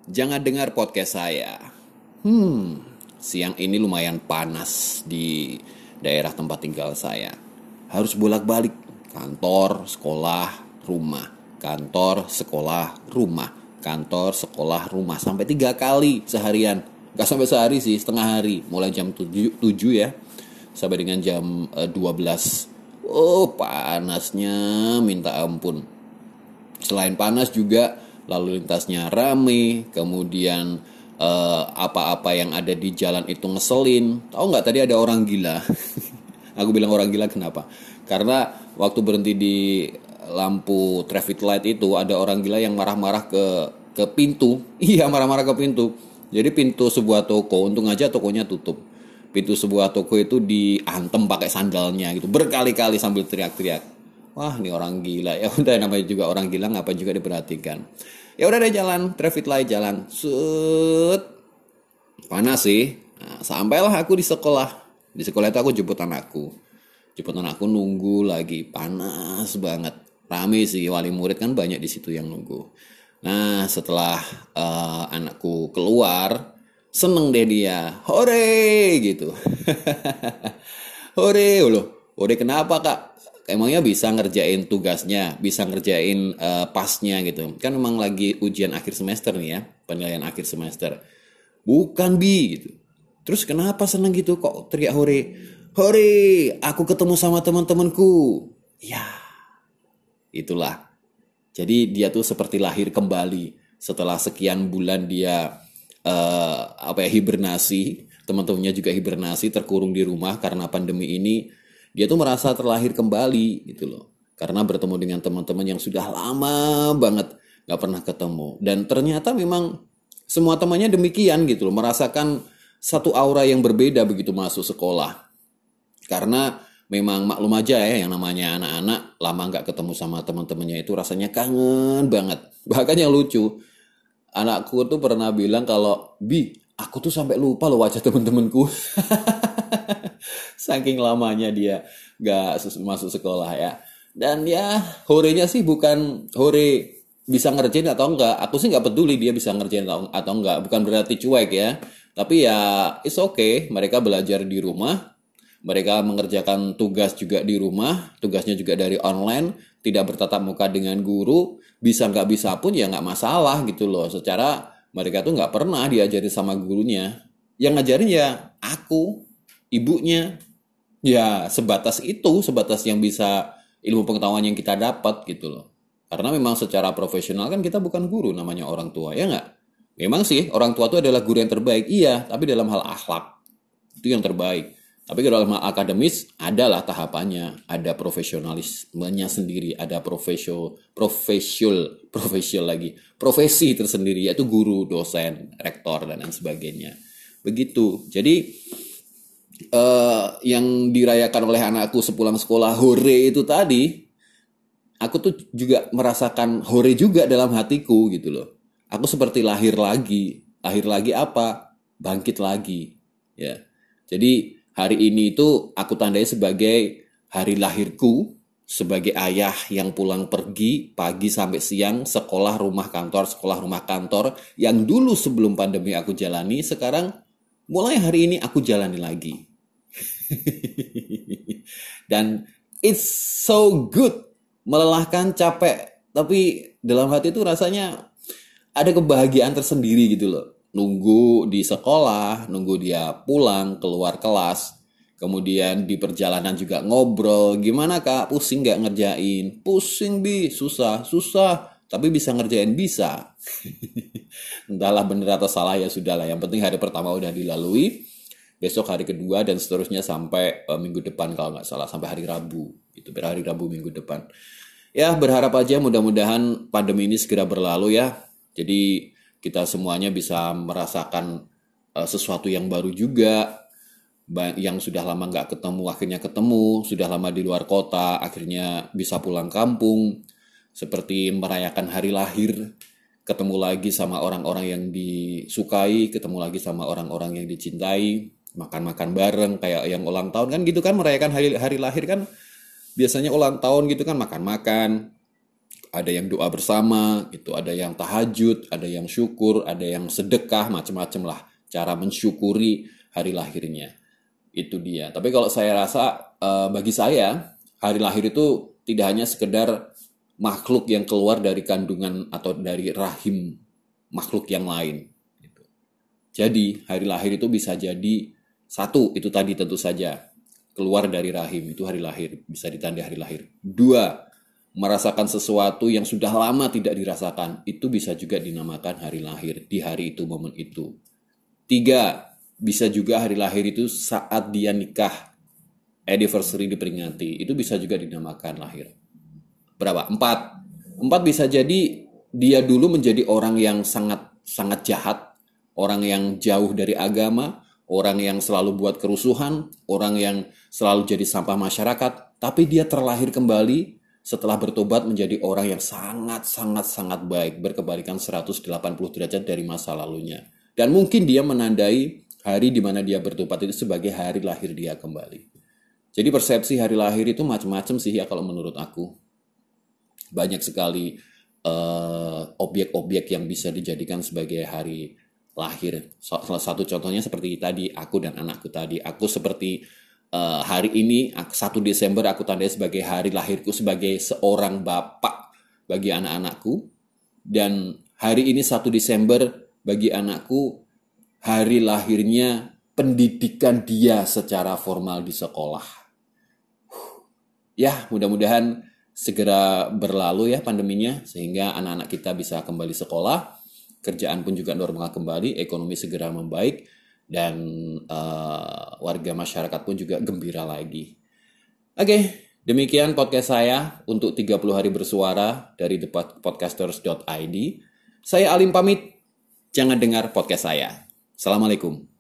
Jangan dengar podcast saya. Siang ini lumayan panas di daerah tempat tinggal saya. Harus bolak-balik kantor, sekolah, rumah, kantor, sekolah, rumah, kantor, sekolah, rumah sampai 3 kali seharian. Gak sampai sehari sih, setengah hari. Mulai jam 7 ya sampai dengan jam 12. Oh, panasnya minta ampun. Selain panas juga lalu lintasnya rame, kemudian apa-apa yang ada di jalan itu ngeselin. Tahu nggak tadi ada orang gila? Aku bilang orang gila kenapa? Karena waktu berhenti di lampu traffic light itu ada orang gila yang marah-marah ke pintu. Iya, marah-marah ke pintu. Jadi pintu sebuah toko, untung aja tokonya tutup. Pintu sebuah toko itu diantem pakai sandalnya gitu berkali-kali sambil teriak-teriak. Wah, ini orang gila. Ya udah, namanya juga orang gila, ngapain juga diperhatikan. Ya udah deh, jalan traffic light, jalan. Set. Panas sih. Nah, sampailah aku di sekolah. Di sekolah itu aku jemput anakku. Jemput anakku nunggu lagi, panas banget. Rame sih, wali murid kan banyak di situ yang nunggu. Nah, setelah anakku keluar, seneng deh dia. Hore gitu. Hore loh. Hore kenapa, Kak? Emangnya bisa ngerjain tugasnya, bisa ngerjain pasnya gitu. Kan memang lagi ujian akhir semester nih ya, penilaian akhir semester. Bukan Bi gitu. Terus kenapa seneng gitu kok teriak hore? Hore, aku ketemu sama teman-temanku. Ya, itulah. Jadi dia tuh seperti lahir kembali setelah sekian bulan dia hibernasi, teman-temannya juga hibernasi, terkurung di rumah karena pandemi ini. Dia tuh merasa terlahir kembali gitu loh. Karena bertemu dengan teman-teman yang sudah lama banget gak pernah ketemu. Dan ternyata memang semua temannya demikian gitu loh. Merasakan satu aura yang berbeda begitu masuk sekolah. Karena memang maklum aja ya, yang namanya anak-anak lama gak ketemu sama teman-temannya itu rasanya kangen banget. Bahkan yang lucu, anakku tuh pernah bilang kalau, Bi, aku tuh sampai lupa loh wajah temen-temenku. Saking lamanya dia gak masuk sekolah ya. Dan ya, horenya sih bukan hore bisa ngerjain atau enggak. Aku sih gak peduli dia bisa ngerjain atau enggak. Bukan berarti cuek ya. Tapi ya, it's okay. Mereka belajar di rumah. Mereka mengerjakan tugas juga di rumah. Tugasnya juga dari online. Tidak bertatap muka dengan guru. Bisa nggak bisa pun ya nggak masalah gitu loh. Secara mereka tuh nggak pernah diajarin sama gurunya. Yang ngajarin ya aku, ibunya. Ya sebatas itu, sebatas yang bisa ilmu pengetahuan yang kita dapat gitu loh. Karena memang secara profesional kan kita bukan guru, namanya orang tua, ya nggak? Memang sih orang tua itu adalah guru yang terbaik, iya. Tapi dalam hal akhlak, itu yang terbaik. Tapi kalau dalam hal akademis, adalah tahapannya. Ada profesionalismenya sendiri, ada profesional lagi. Profesi tersendiri, yaitu guru, dosen, rektor, dan lain sebagainya. Begitu. Jadi, yang dirayakan oleh anakku sepulang sekolah hore itu tadi, aku tuh juga merasakan hore juga dalam hatiku gitu loh. Aku seperti lahir lagi. Lahir lagi apa? Bangkit lagi. Ya. Jadi hari ini itu aku tandai sebagai hari lahirku, sebagai ayah yang pulang pergi pagi sampai siang, sekolah rumah kantor, sekolah rumah kantor, yang dulu sebelum pandemi aku jalani, sekarang mulai hari ini aku jalani lagi. Dan it's so good, melelahkan, capek, tapi dalam hati itu rasanya ada kebahagiaan tersendiri gitu loh. Nunggu di sekolah, nunggu dia pulang, keluar kelas, kemudian di perjalanan juga ngobrol, gimana kak, pusing gak ngerjain? Pusing Bi, susah, tapi bisa ngerjain, bisa. Entahlah bener atau salah ya sudah lah, yang penting hari pertama udah dilalui, besok hari kedua dan seterusnya sampai minggu depan kalau nggak salah, sampai hari Rabu, itu hari Rabu minggu depan. Ya berharap aja mudah-mudahan pandemi ini segera berlalu ya. Jadi kita semuanya bisa merasakan sesuatu yang baru juga. Yang sudah lama nggak ketemu, akhirnya ketemu. Sudah lama di luar kota, akhirnya bisa pulang kampung. Seperti merayakan hari lahir. Ketemu lagi sama orang-orang yang disukai. Ketemu lagi sama orang-orang yang dicintai. Makan-makan bareng, kayak yang ulang tahun kan gitu kan. Merayakan hari lahir kan biasanya ulang tahun gitu kan, makan-makan. ada yang doa bersama, gitu, ada yang tahajud, ada yang syukur, ada yang sedekah, macam-macam lah cara mensyukuri hari lahirnya. Itu dia. Tapi kalau saya rasa bagi saya hari lahir itu tidak hanya sekedar makhluk yang keluar dari kandungan atau dari rahim makhluk yang lain. Gitu. Jadi hari lahir itu bisa jadi satu, itu tadi tentu saja keluar dari rahim, itu hari lahir, bisa ditandai hari lahir. Dua, merasakan sesuatu yang sudah lama tidak dirasakan, itu bisa juga dinamakan hari lahir di hari itu, momen itu. Tiga, bisa juga hari lahir itu saat dia nikah, anniversary diperingati, itu bisa juga dinamakan lahir. Berapa? Empat bisa jadi dia dulu menjadi orang yang sangat jahat, orang yang jauh dari agama, orang yang selalu buat kerusuhan, orang yang selalu jadi sampah masyarakat, tapi dia terlahir kembali setelah bertobat menjadi orang yang sangat baik, berkebalikan 180 derajat dari masa lalunya. Dan mungkin dia menandai hari di mana dia bertobat itu sebagai hari lahir dia kembali. Jadi persepsi hari lahir itu macam-macam sih ya kalau menurut aku. Banyak sekali objek-objek yang bisa dijadikan sebagai hari lahir. Salah satu contohnya seperti tadi, aku dan anakku tadi. Aku seperti hari ini, 1 Desember aku tandai sebagai hari lahirku sebagai seorang bapak bagi anak-anakku. Dan hari ini 1 Desember bagi anakku, hari lahirnya pendidikan dia secara formal di sekolah. Ya, mudah-mudahan segera berlalu ya pandeminya, sehingga anak-anak kita bisa kembali sekolah, kerjaan pun juga normal kembali, ekonomi segera membaik, dan warga masyarakat pun juga gembira lagi. Oke, demikian podcast saya untuk 30 hari bersuara dari thepodcasters.id. Saya Alim pamit, jangan dengar podcast saya. Assalamualaikum.